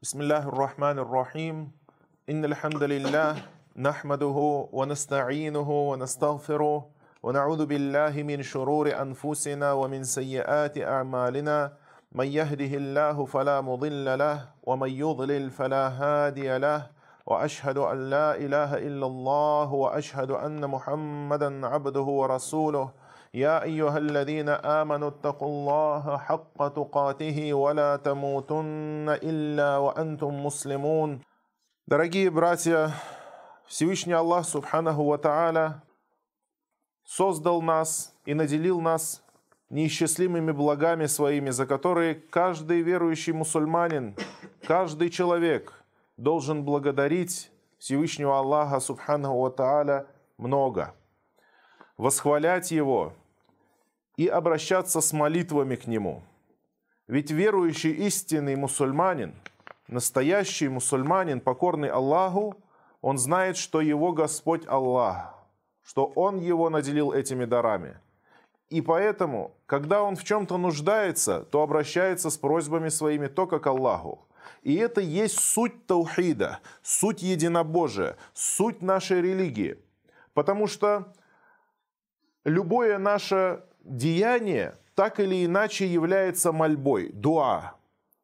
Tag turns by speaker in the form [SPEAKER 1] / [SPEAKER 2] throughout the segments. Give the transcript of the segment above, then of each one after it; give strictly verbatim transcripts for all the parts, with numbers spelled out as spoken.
[SPEAKER 1] بسم الله الرحمن الرحيم إن الحمد لله نحمده ونستعينه ونستغفره ونعوذ بالله من شرور أنفسنا ومن سيئات أعمالنا من يهده الله فلا مضل له ومن يضلل فلا هادي له وأشهد أن لا إله إلا الله وأشهد أن محمدا عبده ورسوله يا أيها الذين آمنوا اتقوا الله حق تقاته ولا تموتن إلا وأنتم مسلمون. Дорогие братья, Всевышний Аллах Субханаху ва Тааля создал нас и наделил нас неисчислимыми благами своими, за которые каждый верующий мусульманин, каждый человек должен благодарить Всевышнего Аллаха Субханаху ва Тааля много, восхвалять Его и обращаться с молитвами к Нему. Ведь верующий истинный мусульманин, настоящий мусульманин, покорный Аллаху, он знает, что его Господь Аллах, что Он его наделил этими дарами. И поэтому, когда он в чем-то нуждается, то обращается с просьбами своими только к Аллаху. И это есть суть таухида, суть единобожия, суть нашей религии. Потому что любое наше деяние так или иначе является мольбой, дуа.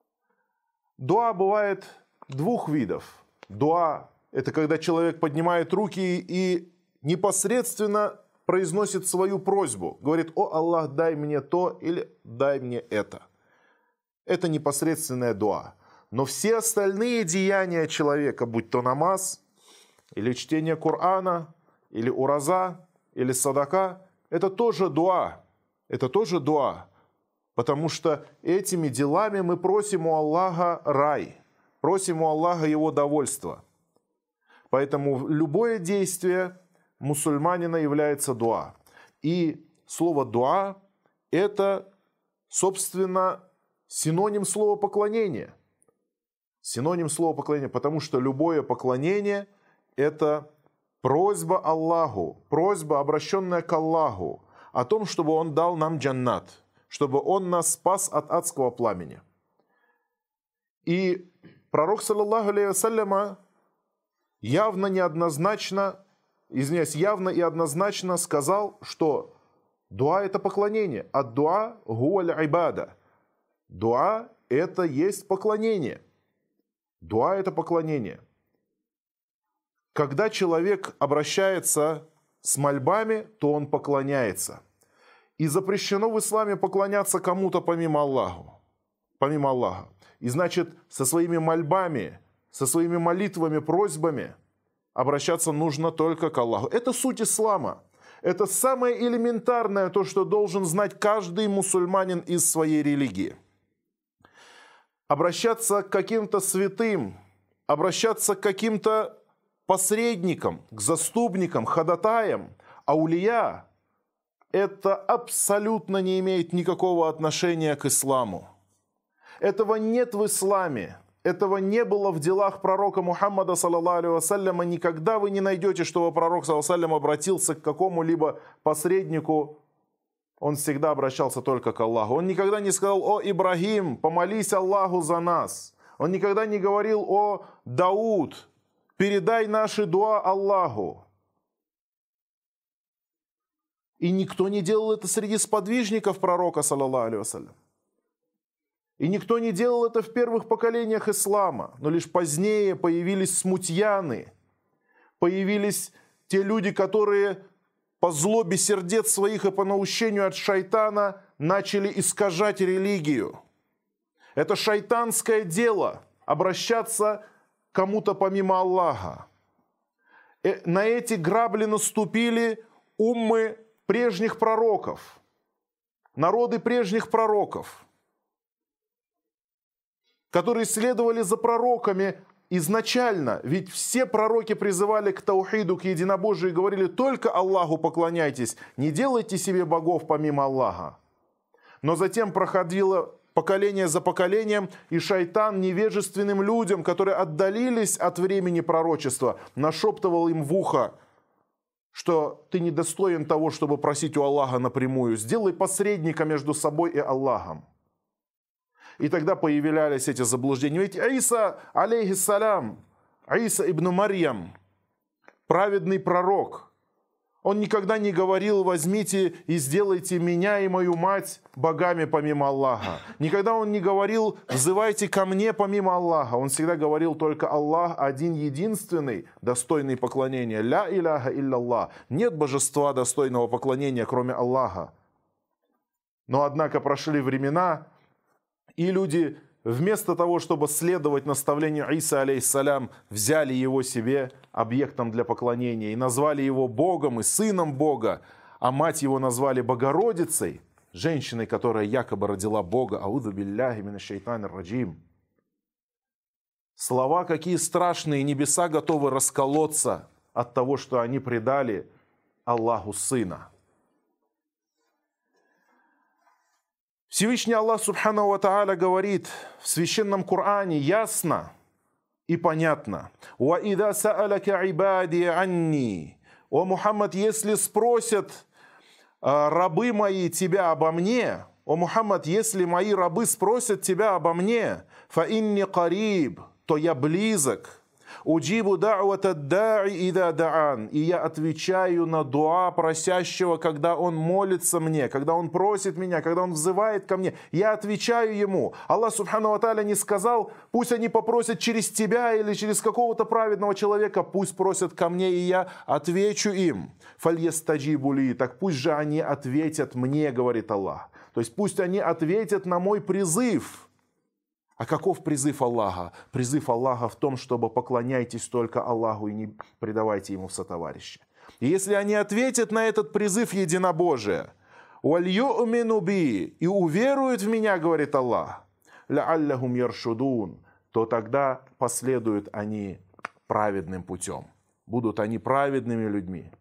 [SPEAKER 1] Дуа бывает двух видов. Дуа – это когда человек поднимает руки и непосредственно произносит свою просьбу. Говорит: «О Аллах, дай мне то» или «дай мне это». Это непосредственная дуа. Но все остальные деяния человека, будь то намаз, или чтение Корана, или ураза, или садака, это тоже дуа. Это тоже дуа. Потому что этими делами мы просим у Аллаха рай, просим у Аллаха Его довольства. Поэтому любое действие мусульманина является дуа. И слово дуа – это, собственно, синоним слова поклонения. Синоним слова поклонения, потому что любое поклонение – это просьба Аллаху, просьба, обращенная к Аллаху, о том, чтобы Он дал нам джаннат, чтобы Он нас спас от адского пламени. И пророк, саллаллаху алейхи вассаляма, явно неоднозначно, извиняюсь, явно и однозначно сказал, что дуа – это поклонение, а дуа – гуаль айбада. Дуа – это есть поклонение. Дуа – это поклонение. Когда человек обращается с мольбами, то он поклоняется. И запрещено в исламе поклоняться кому-то помимо Аллаха. Помимо Аллаха. И значит, со своими мольбами, со своими молитвами, просьбами обращаться нужно только к Аллаху. Это суть ислама. Это самое элементарное, то, что должен знать каждый мусульманин из своей религии. Обращаться к каким-то святым, обращаться к каким-то посредникам, к заступникам, ходатаям, аулия, это абсолютно не имеет никакого отношения к исламу. Этого нет в исламе, этого не было в делах пророка Мухаммада, саллаллаху алейхи вассаляма. Никогда вы не найдете, чтобы пророк, саллаллаху алейхи вассалям, обратился к какому-либо посреднику. Он всегда обращался только к Аллаху. Он никогда не сказал: «О Ибрагим, помолись Аллаху за нас». Он никогда не говорил: «О Дауд, передай наши дуа Аллаху». И никто не делал это среди сподвижников пророка, саллаллаху алейхи вассалям. И никто не делал это в первых поколениях ислама. Но лишь позднее появились смутьяны, появились те люди, которые по злобе сердец своих и по наущению от шайтана начали искажать религию. Это шайтанское дело – обращаться к кому-то помимо Аллаха. И на эти грабли наступили уммы прежних пророков, народы прежних пророков, которые следовали за пророками изначально. Ведь все пророки призывали к таухиду, к единобожию и говорили: только Аллаху поклоняйтесь, не делайте себе богов помимо Аллаха. Но затем проходило поколение за поколением, и шайтан невежественным людям, которые отдалились от времени пророчества, нашептывал им в ухо, что ты недостоин того, чтобы просить у Аллаха напрямую. Сделай посредника между собой и Аллахом. И тогда появлялись эти заблуждения. Ведь Иса, алейхиссалям, Иса ибн Марьям, праведный пророк, он никогда не говорил: возьмите и сделайте меня и мою мать богами помимо Аллаха. Никогда он не говорил: взывайте ко мне помимо Аллаха. Он всегда говорил только: Аллах один единственный, достойный поклонения. Ля иляха илляллах. Нет божества достойного поклонения, кроме Аллаха. Но однако прошли времена, и люди вместо того, чтобы следовать наставлению Исы, алейхиссалям, взяли его себе объектом для поклонения и назвали его Богом и сыном Бога, а мать его назвали Богородицей, женщиной, которая якобы родила Бога. Аузу билляхи минаш шайтанир раджим. Слова какие страшные, небеса готовы расколоться от того, что они предали Аллаху Сына. Всевышний Аллах Субхану ва Тааля говорит в священном Коране ясно и понятно: «Ва ида са'аляка ибади анни». О Мухаммад, если спросят рабы мои тебя обо мне, о Мухаммад, если мои рабы спросят тебя обо мне, фа инни кариб, то я близок. Уджибу да'вата да'и ида да'ан. И я отвечаю на дуа просящего, когда он молится мне, когда он просит меня, когда он взывает ко мне. Я отвечаю ему. Аллах Субхану ва Тааля не сказал: пусть они попросят через тебя или через какого-то праведного человека, пусть просят ко мне, и я отвечу им. Фальястаджибу ли. Так пусть же они ответят мне, говорит Аллах. То есть пусть они ответят на мой призыв. А каков призыв Аллаха? Призыв Аллаха в том, чтобы поклоняйтесь только Аллаху и не предавайте Ему в сотоварищи. И если они ответят на этот призыв единобожия, «Валью'мину би» и уверуют в меня, говорит Аллах, «Ла'аллахум яршудун», то тогда последуют они праведным путем. Будут они праведными людьми.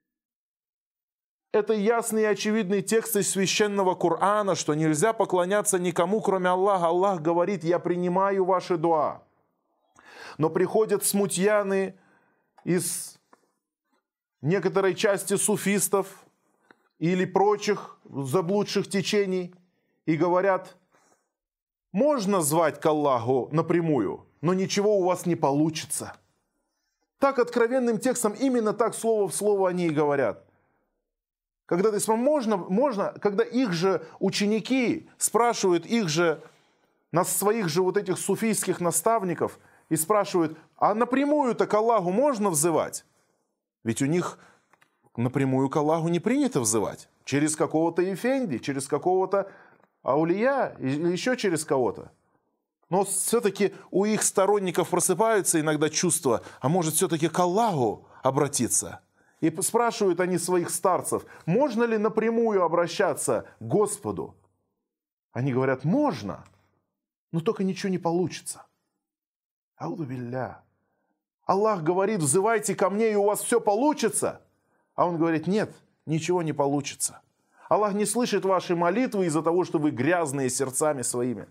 [SPEAKER 1] Это ясный и очевидный текст из священного Корана, что нельзя поклоняться никому, кроме Аллаха. Аллах говорит: я принимаю ваши дуа. Но приходят смутьяны из некоторой части суфистов или прочих заблудших течений и говорят: можно звать к Аллаху напрямую, но ничего у вас не получится. Так откровенным текстом, именно так слово в слово они и говорят. Когда ты смотришь, можно, можно, когда их же ученики спрашивают их же, нас своих же вот этих суфийских наставников, и спрашивают: а напрямую-то к Аллаху можно взывать? Ведь у них напрямую к Аллаху не принято взывать. Через какого-то эфенди, через какого-то аулия, или еще через кого-то. Но все-таки у их сторонников просыпаются иногда чувства: а может все-таки к Аллаху обратиться? И спрашивают они своих старцев: можно ли напрямую обращаться к Господу? Они говорят: можно, но только ничего не получится. Ауду билля. Аллах говорит: взывайте ко мне, и у вас все получится. А он говорит: нет, ничего не получится. Аллах не слышит ваши молитвы из-за того, что вы грязные сердцами своими.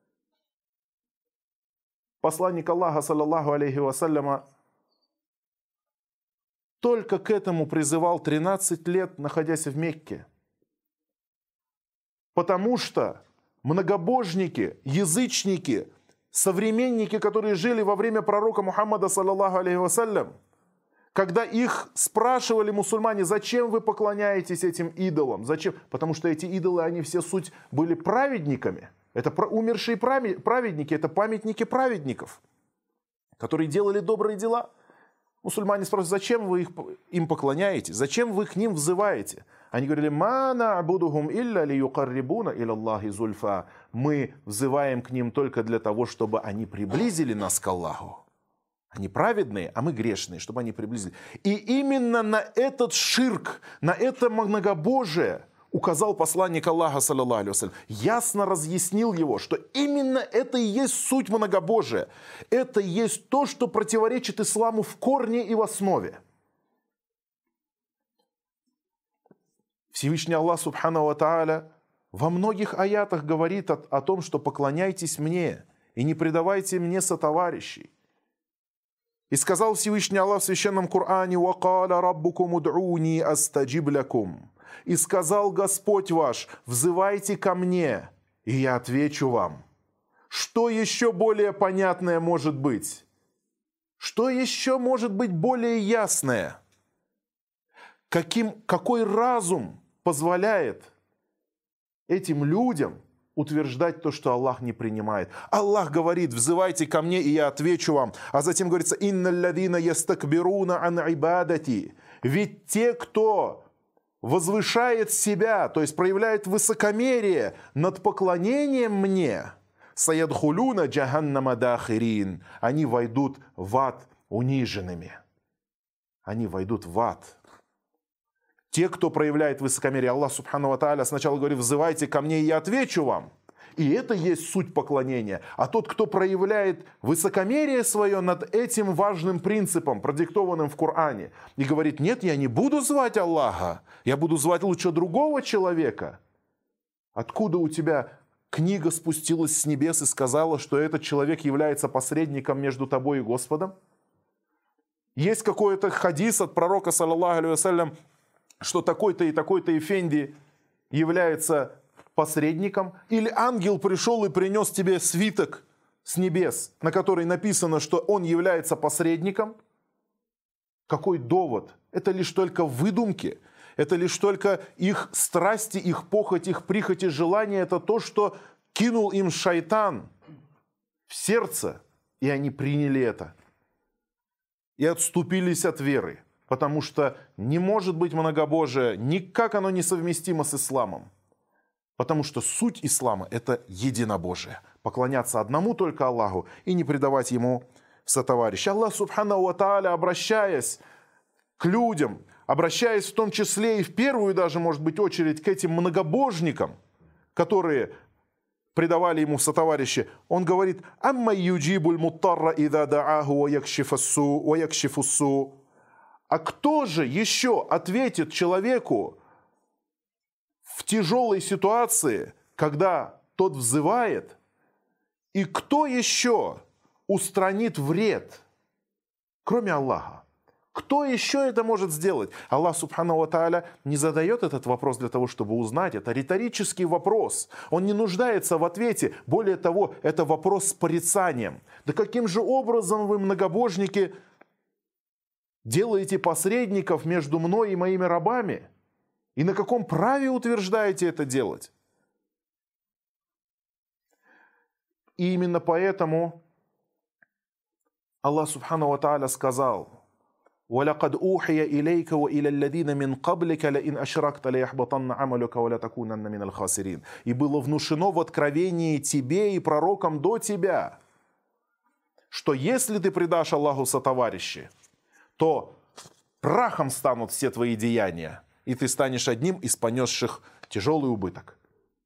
[SPEAKER 1] Посланник Аллаха, саллаллаху алейхи вассаляма, только к этому призывал тринадцать лет, находясь в Мекке. Потому что многобожники, язычники, современники, которые жили во время пророка Мухаммада, саллаллаху алейхи вассалям, когда их спрашивали мусульмане: зачем вы поклоняетесь этим идолам? Зачем? Потому что эти идолы, они все суть были праведниками. Это умершие праведники, это памятники праведников, которые делали добрые дела. Мусульмане спрашивают: зачем вы их, им поклоняетесь? Зачем вы к ним взываете? Они говорили: «Ма на'будухум илля лиюкаррибуна илаллахи зульфа». Мы взываем к ним только для того, чтобы они приблизили нас к Аллаху. Они праведные, а мы грешные, чтобы они приблизили. И именно на этот ширк, на это многобожие указал посланник Аллаха, саллаллаху алейхи вассалям, ясно разъяснил его, что именно это и есть суть многобожия. Это и есть то, что противоречит исламу в корне и в основе. Всевышний Аллах, субхану ва тааля, во многих аятах говорит о, о том, что поклоняйтесь мне и не предавайте мне сотоварищей. И сказал Всевышний Аллах в священном Коране: «Вакаля раббукум уд'уни астаджиб лякум». И сказал Господь ваш: взывайте ко мне, и я отвечу вам. Что еще более понятное может быть? Что еще может быть более ясное? Каким, какой разум позволяет этим людям утверждать то, что Аллах не принимает? Аллах говорит: взывайте ко мне, и я отвечу вам. А затем говорится: «Инна лладина ястакбируна ан ибадати». Ведь те, кто возвышает себя, то есть проявляет высокомерие над поклонением мне, саядхулюна джаханнама дахирин, они войдут в ад униженными. Они войдут в ад. Те, кто проявляет высокомерие, Аллах субхану ва тааля сначала говорит: взывайте ко мне, и я отвечу вам. И это есть суть поклонения. А тот, кто проявляет высокомерие свое над этим важным принципом, продиктованным в Коране, и говорит: нет, я не буду звать Аллаха, я буду звать лучше другого человека. Откуда у тебя книга спустилась с небес и сказала, что этот человек является посредником между тобой и Господом? Есть какой-то хадис от пророка, саллаллаху алейхи вассалям, что такой-то и такой-то эфенди является посредником? Или ангел пришел и принес тебе свиток с небес, на который написано, что он является посредником? Какой довод? Это лишь только выдумки. Это лишь только их страсти, их похоть, их прихоти, желания. Это то, что кинул им шайтан в сердце, и они приняли это. И отступились от веры. Потому что не может быть многобожие, никак оно не совместимо с исламом. Потому что суть ислама – это единобожие. Поклоняться одному только Аллаху и не предавать ему сотоварища. Аллах субхану ва тааля, обращаясь к людям, обращаясь в том числе и в первую даже, может быть, очередь к этим многобожникам, которые предавали ему сотоварищи, он говорит: «Амма юджибуль муттарра ида дааху ва якшифуссу». А кто же еще ответит человеку в тяжелой ситуации, когда тот взывает? И кто еще устранит вред, кроме Аллаха? Кто еще это может сделать? Аллах субхану ва тааля не задает этот вопрос для того, чтобы узнать. Это риторический вопрос. Он не нуждается в ответе. Более того, это вопрос с порицанием. Да каким же образом вы, многобожники, делаете посредников между мной и моими рабами? И на каком праве утверждаете это делать? И именно поэтому Аллах субхану ва тааля сказал: وَلَقَدْ أُوحِيَ إِلَيْكَ وَإِلَى الَّذِينَ مِنْ قَبْلِكَ لَإِنْ أَشْرَكْتَ لَيَحْبَطَنَّ عَمَلُكَ وَلَتَكُونَنَّ مِنَ الْخَاسِرِينَ. И было внушено в откровении тебе и пророкам до тебя, что если ты предашь Аллаху сотоварищи, то прахом станут все твои деяния, и ты станешь одним из понесших тяжелый убыток.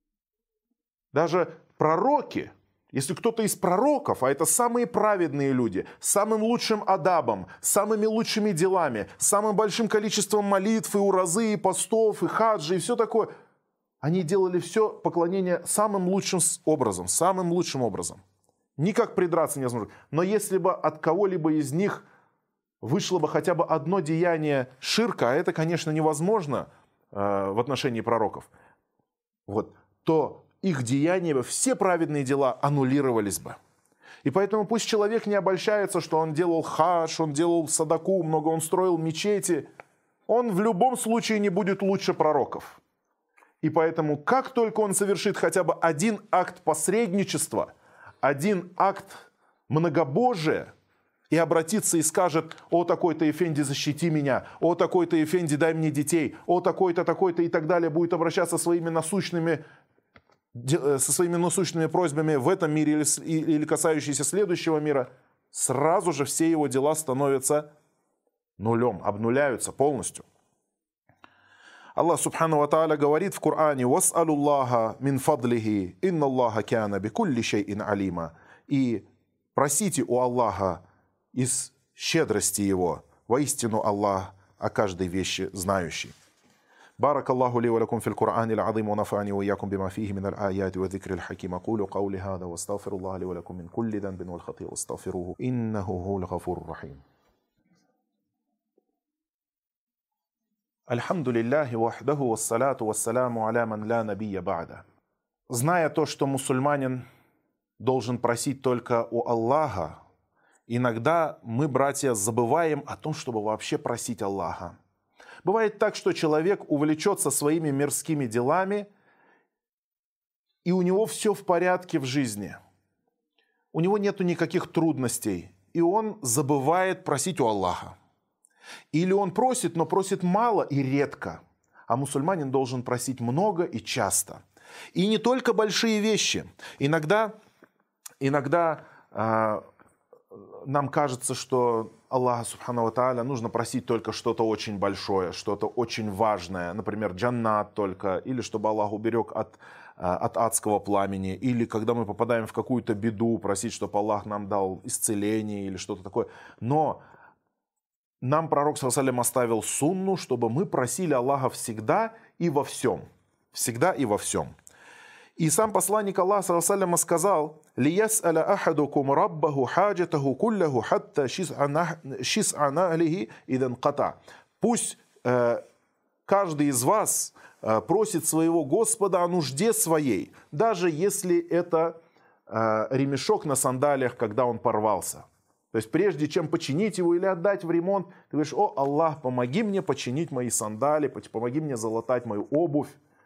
[SPEAKER 1] Даже пророки, если кто-то из пророков, а это самые праведные люди, с самым лучшим адабом, самыми лучшими делами, самым большим количеством молитв и уразы, и постов, и хаджи, и все такое, они делали все поклонение самым лучшим образом, самым лучшим образом. Никак придраться невозможно. Но если бы от кого-либо из них вышло бы хотя бы одно деяние ширка, а это, конечно, невозможно э, в отношении пророков, вот, то их деяния, все праведные дела аннулировались бы. И поэтому пусть человек не обольщается, что он делал хадж, он делал садаку, много он строил мечети. Он в любом случае не будет лучше пророков. И поэтому, как только он совершит хотя бы один акт посредничества, один акт многобожия, и обратится и скажет: «О, такой-то эфенди, защити меня! О, такой-то эфенди, дай мне детей! О, такой-то, такой-то» и так далее, будет обращаться своими насущными со своими насущными просьбами в этом мире или, или касающиеся следующего мира, сразу же все его дела становятся нулем, обнуляются полностью. Аллах субхану ва тааля говорит в Коране: «Вас'алу Аллаха мин фадлихи, инна Аллаха кяна бикулли шейин алима». И просите у Аллаха из щедрости Его, воистину Аллах о каждой вещи знающий. بارك الله لي ولكم في القرآن العظيم ونفعني وإياكم بما فيه من الآيات والذكر الحكيم. أقول قولي هذا واستغفر الله لي ولكم من كل ذنب والخطيئة واستغفروه إنه هو الغفور الرحيم. الحمد لله وحده والصلاة والسلام على من لا نبي بعده. Зная то, что мусульманин должен просить только у Аллаха, иногда мы, братья, забываем о том, чтобы вообще просить Аллаха. Бывает так, что человек увлечется своими мирскими делами, и у него все в порядке в жизни. У него нет никаких трудностей, и он забывает просить у Аллаха. Или он просит, но просит мало и редко. А мусульманин должен просить много и часто. И не только большие вещи. Иногда, иногда э, нам кажется, что Аллаха Субхану ва Тааля нужно просить только что-то очень большое, что-то очень важное. Например, джаннат только. Или чтобы Аллах уберег от, э, от адского пламени. Или когда мы попадаем в какую-то беду, просить, чтобы Аллах нам дал исцеление или что-то такое. Но нам пророк саллаллаху алейхи ва саллям оставил сунну, чтобы мы просили Аллаха всегда и во всем. Всегда и во всем. И сам посланник Аллаха саллаллаху алейхи ва саллям сказал: «Лияс'аля ахадукум раббаху хаджатаху куллаху хатта шис'а нахлихи идан ката». Пусть э, каждый из вас э, просит своего Господа о нужде своей, даже если это э, ремешок на сандалиях, когда он порвался. То есть прежде чем починить его или отдать в ремонт, ты говоришь: «О, Аллах, помоги мне починить мои сандали, помоги мне залатать мою обувь».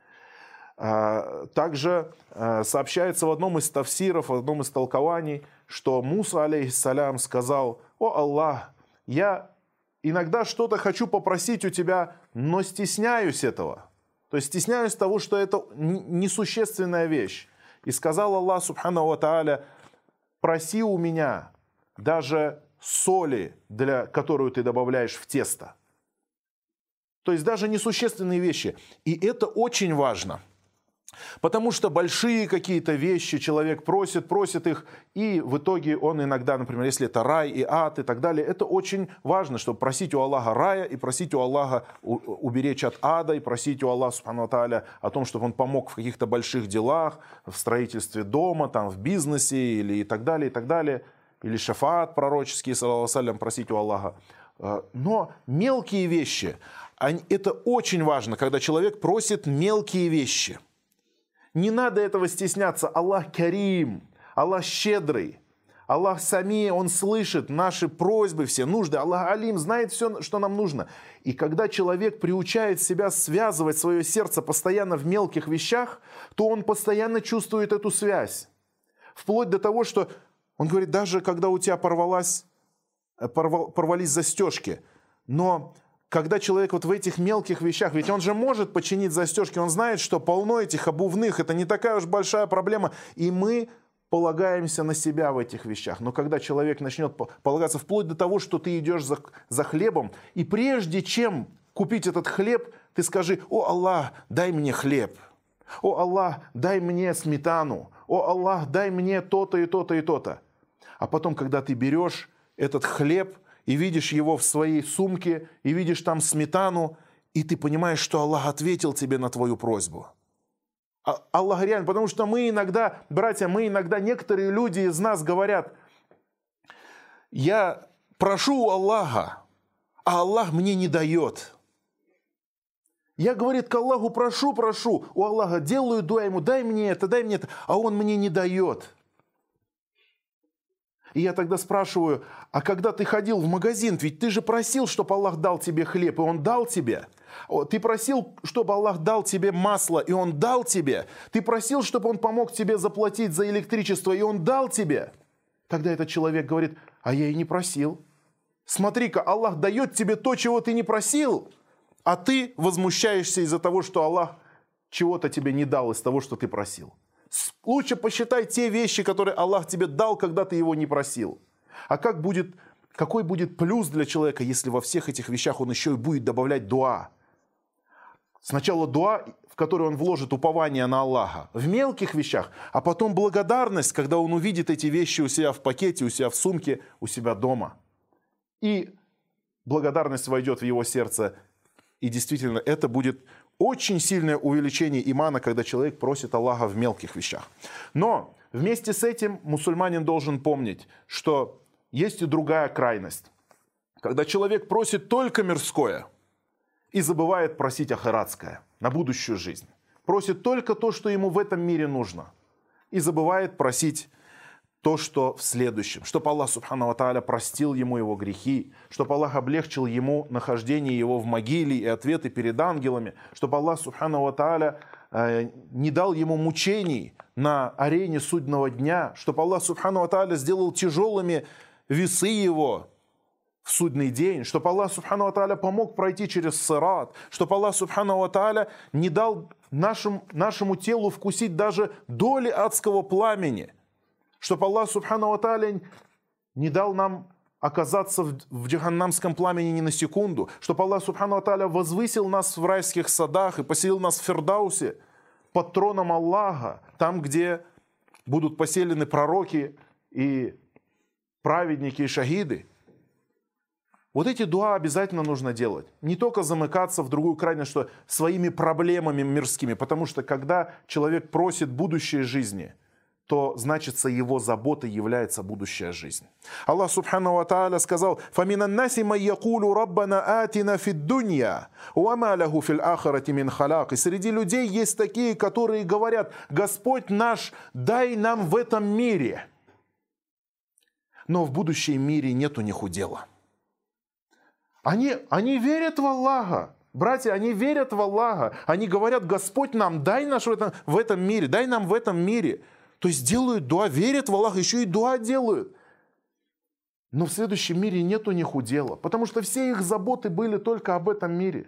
[SPEAKER 1] Также сообщается в одном из тафсиров, в одном из толкований, что Муса, алейхиссалям, сказал: «О, Аллах, я иногда что-то хочу попросить у тебя, но стесняюсь этого». То есть стесняюсь того, что это несущественная вещь. И сказал Аллах Субхану ва Тааля: «Проси у меня даже соли, для которую ты добавляешь в тесто». То есть даже несущественные вещи. И это очень важно. Потому что большие какие-то вещи человек просит, просит их, и в итоге он иногда, например, если это рай и ад и так далее, это очень важно, чтобы просить у Аллаха рая и просить у Аллаха уберечь от ада, и просить у Аллаха Субхану ва Тааля о том, чтобы он помог в каких-то больших делах, в строительстве дома, там, в бизнесе или и так далее, и так далее. Или шафаат пророческий, саллаллаху алейхи ва саллям, просить у Аллаха. Но мелкие вещи, это очень важно, когда человек просит мелкие вещи. Не надо этого стесняться. Аллах карим, Аллах щедрый, Аллах сами, Он слышит наши просьбы, все нужды. Аллах алим, знает все, что нам нужно. И когда человек приучает себя связывать свое сердце постоянно в мелких вещах, то он постоянно чувствует эту связь. Вплоть до того, что он говорит: даже когда у тебя порвалась, порвал, порвались застежки, но когда человек вот в этих мелких вещах, ведь он же может починить застежки, он знает, что полно этих обувных, это не такая уж большая проблема, и мы полагаемся на себя в этих вещах. Но когда человек начнет полагаться вплоть до того, что ты идешь за, за хлебом, и прежде чем купить этот хлеб, ты скажи: «О Аллах, дай мне хлеб! О Аллах, дай мне сметану! О Аллах, дай мне то-то и то-то и то-то!» А потом, когда ты берешь этот хлеб и видишь его в своей сумке, и видишь там сметану, и ты понимаешь, что Аллах ответил тебе на твою просьбу. А Аллах реально, потому что мы иногда, братья, мы иногда, некоторые люди из нас говорят: «Я прошу у Аллаха, а Аллах мне не дает». Я, говорит, к Аллаху прошу, прошу, у Аллаха делаю дуа ему: дай мне это, дай мне это, а он мне не дает. И я тогда спрашиваю: а когда ты ходил в магазин, ведь ты же просил, чтобы Аллах дал тебе хлеб, и Он дал тебе. Ты просил, чтобы Аллах дал тебе масло, и Он дал тебе. Ты просил, чтобы Он помог тебе заплатить за электричество, и Он дал тебе. Тогда этот человек говорит: а я и не просил. Смотри-ка, Аллах дает тебе то, чего ты не просил, а ты возмущаешься из-за того, что Аллах чего-то тебе не дал из того, что ты просил. Лучше посчитай те вещи, которые Аллах тебе дал, когда ты его не просил. А как будет, какой будет плюс для человека, если во всех этих вещах он еще и будет добавлять дуа? Сначала дуа, в который он вложит упование на Аллаха, в мелких вещах, а потом благодарность, когда он увидит эти вещи у себя в пакете, у себя в сумке, у себя дома. И благодарность войдет в его сердце. И действительно, это будет очень сильное увеличение имана, когда человек просит Аллаха в мелких вещах. Но вместе с этим мусульманин должен помнить, что есть и другая крайность. Когда человек просит только мирское и забывает просить ахиратское, на будущую жизнь. Просит только то, что ему в этом мире нужно. И забывает просить
[SPEAKER 2] то, что в следующем. Чтобы Аллах Субхану ва Тааля простил ему его грехи, чтобы Аллах облегчил ему нахождение его в могиле и ответы перед ангелами, чтобы Аллах Субхану ва Тааля э, не дал ему мучений на арене судного дня, чтобы Аллах Субхану ва Тааля сделал тяжелыми весы его в судный день, чтобы Аллах Субхану ва Тааля помог пройти через сират, чтобы Аллах Субхану ва Тааля не дал нашим, нашему телу вкусить даже доли адского пламени, чтобы Аллах Субхану ва Тааля не дал нам оказаться в, в джаханнамском пламени ни на секунду, чтобы Аллах Субхану ва Тааля возвысил нас в райских садах и поселил нас в Фирдаусе под троном Аллаха, там, где будут поселены пророки и праведники и шахиды. Вот эти дуа обязательно нужно делать. Не только замыкаться в другую крайность, что своими проблемами мирскими, потому что когда человек просит будущей жизни, то, значится, его заботой является будущая жизнь. Аллах Субхану ва Тааля сказал: «Фамина наси ман якулу раббана атина фид дунья, ва ма лаху фил ахирати мин халак». И среди людей есть такие, которые говорят: «Господь наш, дай нам в этом мире». Но в будущем мире нет у них удела. Они, они верят в Аллаха. Братья, они верят в Аллаха. Они говорят: Господь нам, дай нас в этом, в этом мире, дай нам в этом мире. То есть делают дуа, верят в Аллаха, еще и дуа делают. Но в следующем мире нет у них удела, потому что все их заботы были только об этом мире.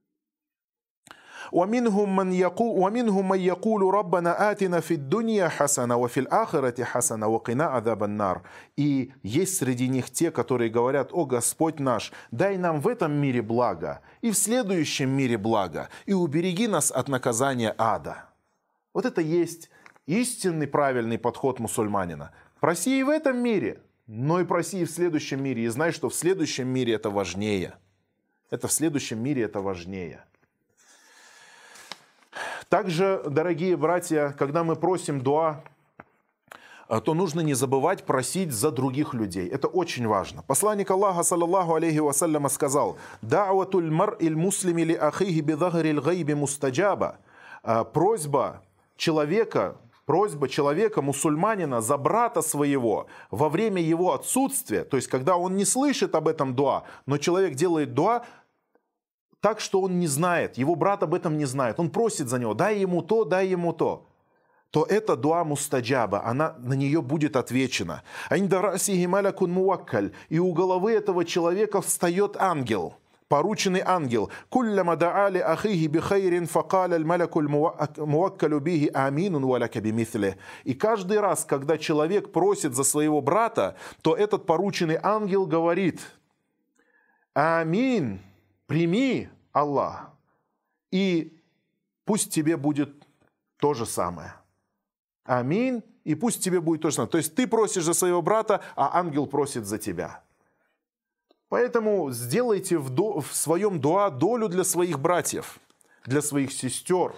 [SPEAKER 2] وَمِنْهُمْ مَنْ يَقُولُ رَبَّنَا آتِنَا فِي الدُّنْيَا حَسَنَةً وَفِي الْآخِرَةِ حَسَنَةً وَقِنَا عَذَابَ النَّارِ. И есть среди них те, которые говорят: «О Господь наш, дай нам в этом мире благо, и в следующем мире благо, и убереги нас от наказания ада». Вот это есть истинный правильный подход мусульманина. Проси и в этом мире, но и проси и в следующем мире. И знай, что в следующем мире это важнее. Это в следующем мире это важнее. Также, дорогие братья, когда мы просим дуа, то нужно не забывать просить за других людей. Это очень важно. Посланник Аллаха, саллаллаху алейхи вассаляма, сказал: «Да'ватуль мар'иль муслими ли ахихи бидахриль гайби мустаджаба». Просьба человека, просьба человека, мусульманина, за брата своего во время его отсутствия, то есть когда он не слышит об этом дуа, но человек делает дуа так, что он не знает, его брат об этом не знает, он просит за него: дай ему то, дай ему то, то это дуа мустаджаба, она, на нее будет отвечена. И у головы этого человека встает ангел, порученный ангел. И каждый раз, когда человек просит за своего брата, то этот порученный ангел говорит: амин. Прими, Аллах, и пусть тебе будет то же самое. Аминь, и пусть тебе будет то же самое. То есть ты просишь за своего брата, а ангел просит за тебя. Поэтому сделайте в, до, в своем дуа долю для своих братьев, для своих сестер.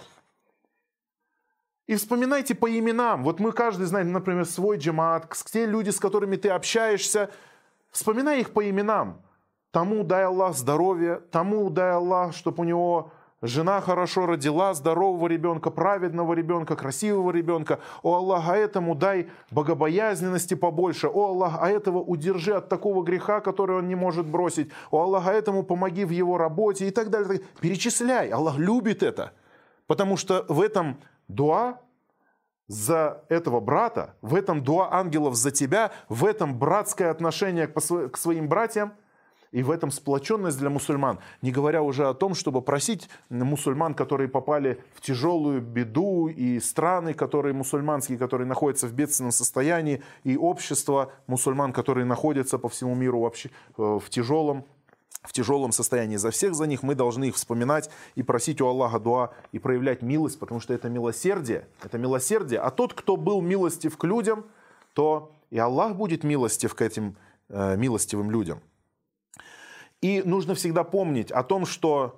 [SPEAKER 2] И вспоминайте по именам. Вот мы каждый знает, например, свой джамаат, те люди, с которыми ты общаешься, вспоминай их по именам. Тому дай Аллах здоровье, тому дай Аллах, чтобы у него жена хорошо родила, здорового ребенка, праведного ребенка, красивого ребенка. О Аллах, а этому дай богобоязненности побольше. О Аллах, а этого удержи от такого греха, который он не может бросить. О Аллах, а этому помоги в его работе и так далее. Перечисляй. Аллах любит это. Потому что в этом дуа за этого брата, в этом дуа ангелов за тебя, в этом братское отношение к своим братьям, и в этом сплоченность для мусульман, не говоря уже о том, чтобы просить мусульман, которые попали в тяжелую беду, и страны, которые мусульманские, которые находятся в бедственном состоянии, и общество мусульман, которые находятся по всему миру вообще в тяжелом, в тяжелом состоянии. За всех за них мы должны их вспоминать и просить у Аллаха дуа, и проявлять милость, потому что это милосердие. Это милосердие. А тот, кто был милостив к людям, то и Аллах будет милостив к этим э, милостивым людям. И нужно всегда помнить о том, что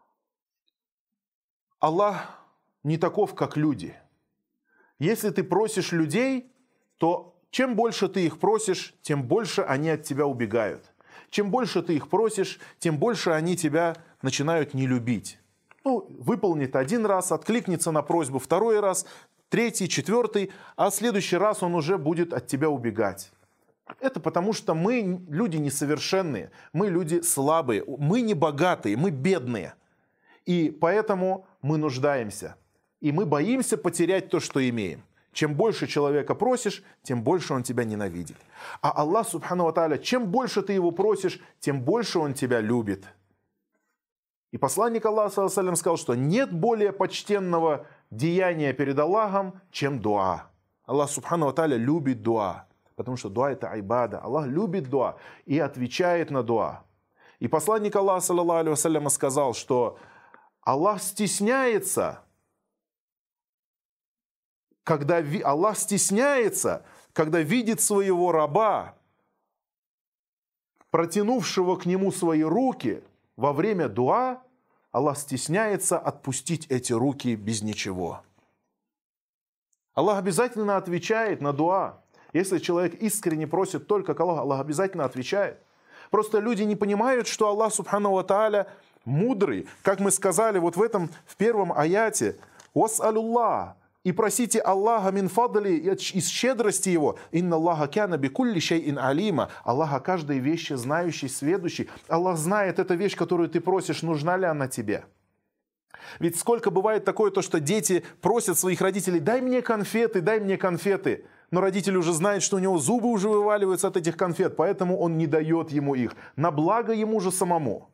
[SPEAKER 2] Аллах не таков, как люди. Если ты просишь людей, то чем больше ты их просишь, тем больше они от тебя убегают. Чем больше ты их просишь, тем больше они тебя начинают не любить. Ну, выполнит один раз, откликнется на просьбу второй раз, третий, четвертый, а в следующий раз он уже будет от тебя убегать. Это потому, что мы люди несовершенные, мы люди слабые, мы не богатые, мы бедные. И поэтому мы нуждаемся. И мы боимся потерять то, что имеем. Чем больше человека просишь, тем больше он тебя ненавидит. А Аллах, субхану ва тааля, чем больше ты его просишь, тем больше он тебя любит. И посланник Аллаха, саллаллаху алейхи ва саллям, сказал, что нет более почтенного деяния перед Аллахом, чем дуа. Аллах, субхану ва тааля, любит дуа. Потому что дуа — это айбада. Аллах любит дуа и отвечает на дуа. И посланник Аллаха, саллаллаху алейхи ва саллям, сказал, что Аллах стесняется, когда Аллах стесняется, когда видит своего раба, протянувшего к нему свои руки во время дуа, Аллах стесняется отпустить эти руки без ничего. Аллах обязательно отвечает на дуа. Если человек искренне просит только к Аллаху, Аллах обязательно отвечает. Просто люди не понимают, что Аллах, субхану ва тааля, мудрый. Как мы сказали вот в этом, в первом аяте, «Вас'алюллах», и просите Аллаха мин фадли, из щедрости Его. «Инна Аллаха кяна бикулли шейин алима». Аллах о каждой вещи знающий, сведущий. Аллах знает эту вещь, которую ты просишь, нужна ли она тебе. Ведь сколько бывает такое, то, что дети просят своих родителей: «Дай мне конфеты, дай мне конфеты». Но родитель уже знает, что у него зубы уже вываливаются от этих конфет, поэтому он не дает ему их. На благо ему же самому.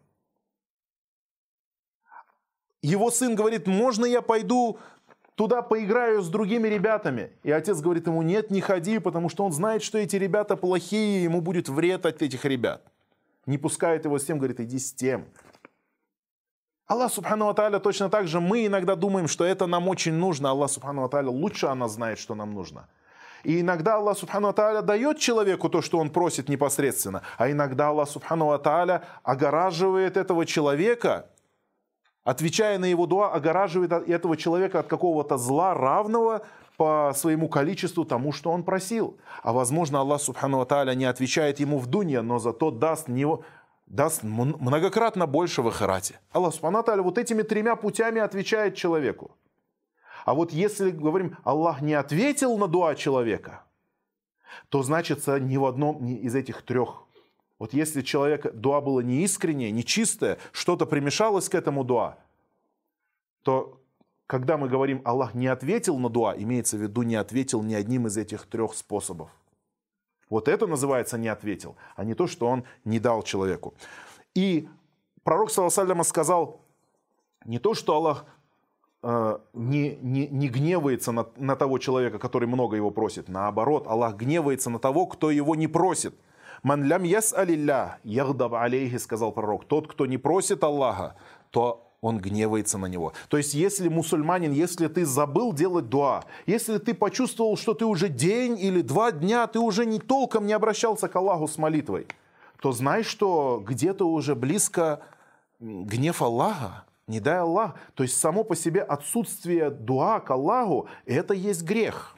[SPEAKER 2] Его сын говорит: «Можно я пойду туда поиграю с другими ребятами?» И отец говорит ему: «Нет, не ходи», потому что он знает, что эти ребята плохие, и ему будет вред от этих ребят. Не пускает его с тем, говорит: «Иди с тем». Аллах, субхану ва тааля, точно так же мы иногда думаем, что это нам очень нужно. Аллах, субхану ва тааля, лучше она знает, что нам нужно. И иногда Аллах, субхану ва тааля, дает человеку то, что он просит непосредственно. А иногда Аллах, субхану ва тааля, огораживает этого человека, отвечая на его дуа, огораживает этого человека от какого-то зла, равного по своему количеству тому, что он просил. А возможно, Аллах, субхану ва тааля, не отвечает ему в дунья, но зато даст, него, даст многократно больше в ахирате. Аллах, субхану ва тааля, вот этими тремя путями отвечает человеку. А вот если, говорим, Аллах не ответил на дуа человека, то значит, ни в одном из этих трех. Вот если человек, дуа было неискреннее, нечистое, что-то примешалось к этому дуа, то когда мы говорим «Аллах не ответил на дуа», имеется в виду, не ответил ни одним из этих трех способов. Вот это называется «не ответил», а не то, что он не дал человеку. И пророк, саллаллаху алейхи ва саллям, сказал не то, что Аллах э, не, не, не гневается на, на того человека, который много его просит. Наоборот, Аллах гневается на того, кто его не просит. «Ман лям яс'алилля ягдаб алейхи», сказал пророк. Тот, кто не просит Аллаха, то он гневается на него. То есть, если мусульманин, если ты забыл делать дуа, если ты почувствовал, что ты уже день или два дня, ты уже не толком не обращался к Аллаху с молитвой, то знай, что где-то уже близко гнев Аллаха. Не дай Аллах. То есть, само по себе отсутствие дуа к Аллаху – это есть грех.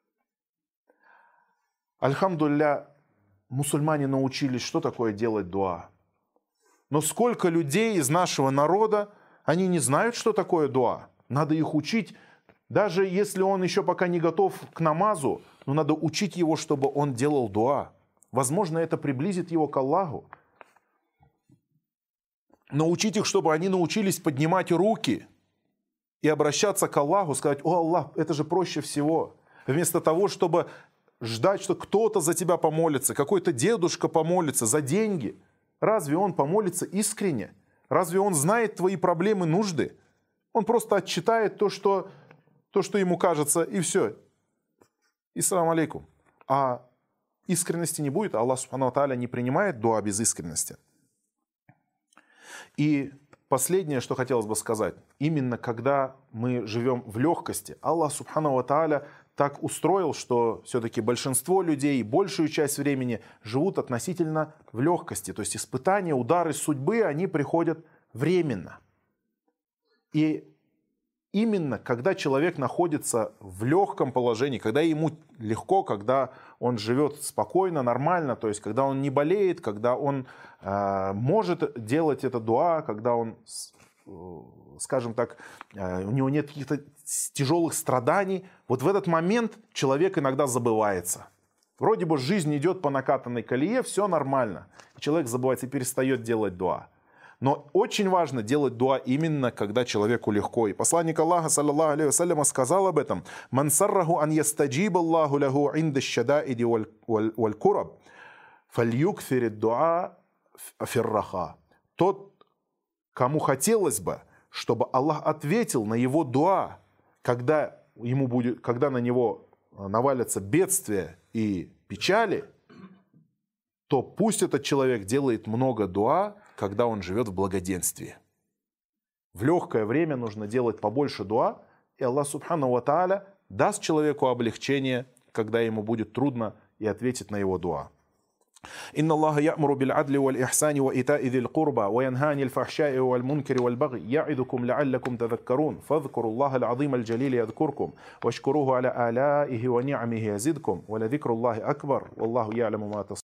[SPEAKER 2] Альхамдулилля, мусульмане научились, что такое делать дуа. Но сколько людей из нашего народа, они не знают, что такое дуа. Надо их учить. Даже если он еще пока не готов к намазу, но надо учить его, чтобы он делал дуа. Возможно, это приблизит его к Аллаху. Научить их, чтобы они научились поднимать руки и обращаться к Аллаху, сказать: «О Аллах, это же проще всего». Вместо того, чтобы ждать, что кто-то за тебя помолится, какой-то дедушка помолится за деньги. Разве он помолится искренне? Разве он знает твои проблемы, нужды? Он просто отчитает то, что, то, что ему кажется, и все. Иссалам алейкум. А искренности не будет. Аллах субхану ва тааля не принимает дуа без искренности. И последнее, что хотелось бы сказать. Именно когда мы живем в легкости, Аллах субхану ва тааля так устроил, что все-таки большинство людей, большую часть времени живут относительно в легкости. То есть испытания, удары судьбы, они приходят временно. И именно когда человек находится в легком положении, когда ему легко, когда он живет спокойно, нормально, то есть когда он не болеет, когда он э, может делать это дуа, когда он, скажем так, у него нет каких-то тяжелых страданий, вот в этот момент человек иногда забывается. Вроде бы жизнь идет по накатанной колее, все нормально. Человек забывается и перестает делать дуа. Но очень важно делать дуа именно, когда человеку легко. И посланник Аллаха, саллаллаху алейхи вассалям, сказал об этом. «Ман сарраху ан ястаджиба Аллаху лаху инда шадаиди валь кураб, фальюкфири дуа фирраха». Тот, кому хотелось бы, чтобы Аллах ответил на его дуа, когда, ему будет, когда на него навалятся бедствия и печали, то пусть этот человек делает много дуа, когда он живет в благоденствии. В легкое время нужно делать побольше дуа, и Аллах субхану ва тааля даст человеку облегчение, когда ему будет трудно, и ответит на его дуа. إن الله يأمر بالعدل والإحسان وإيتاء ذي القربى وينهى عن الفحشاء والمنكر والبغي يعظكم لعلكم تذكرون فاذكروا الله العظيم الجليل يذكركم واشكروه على آلائه ونعمه يزدكم ولذكر الله أكبر والله يعلم ما تصنعون.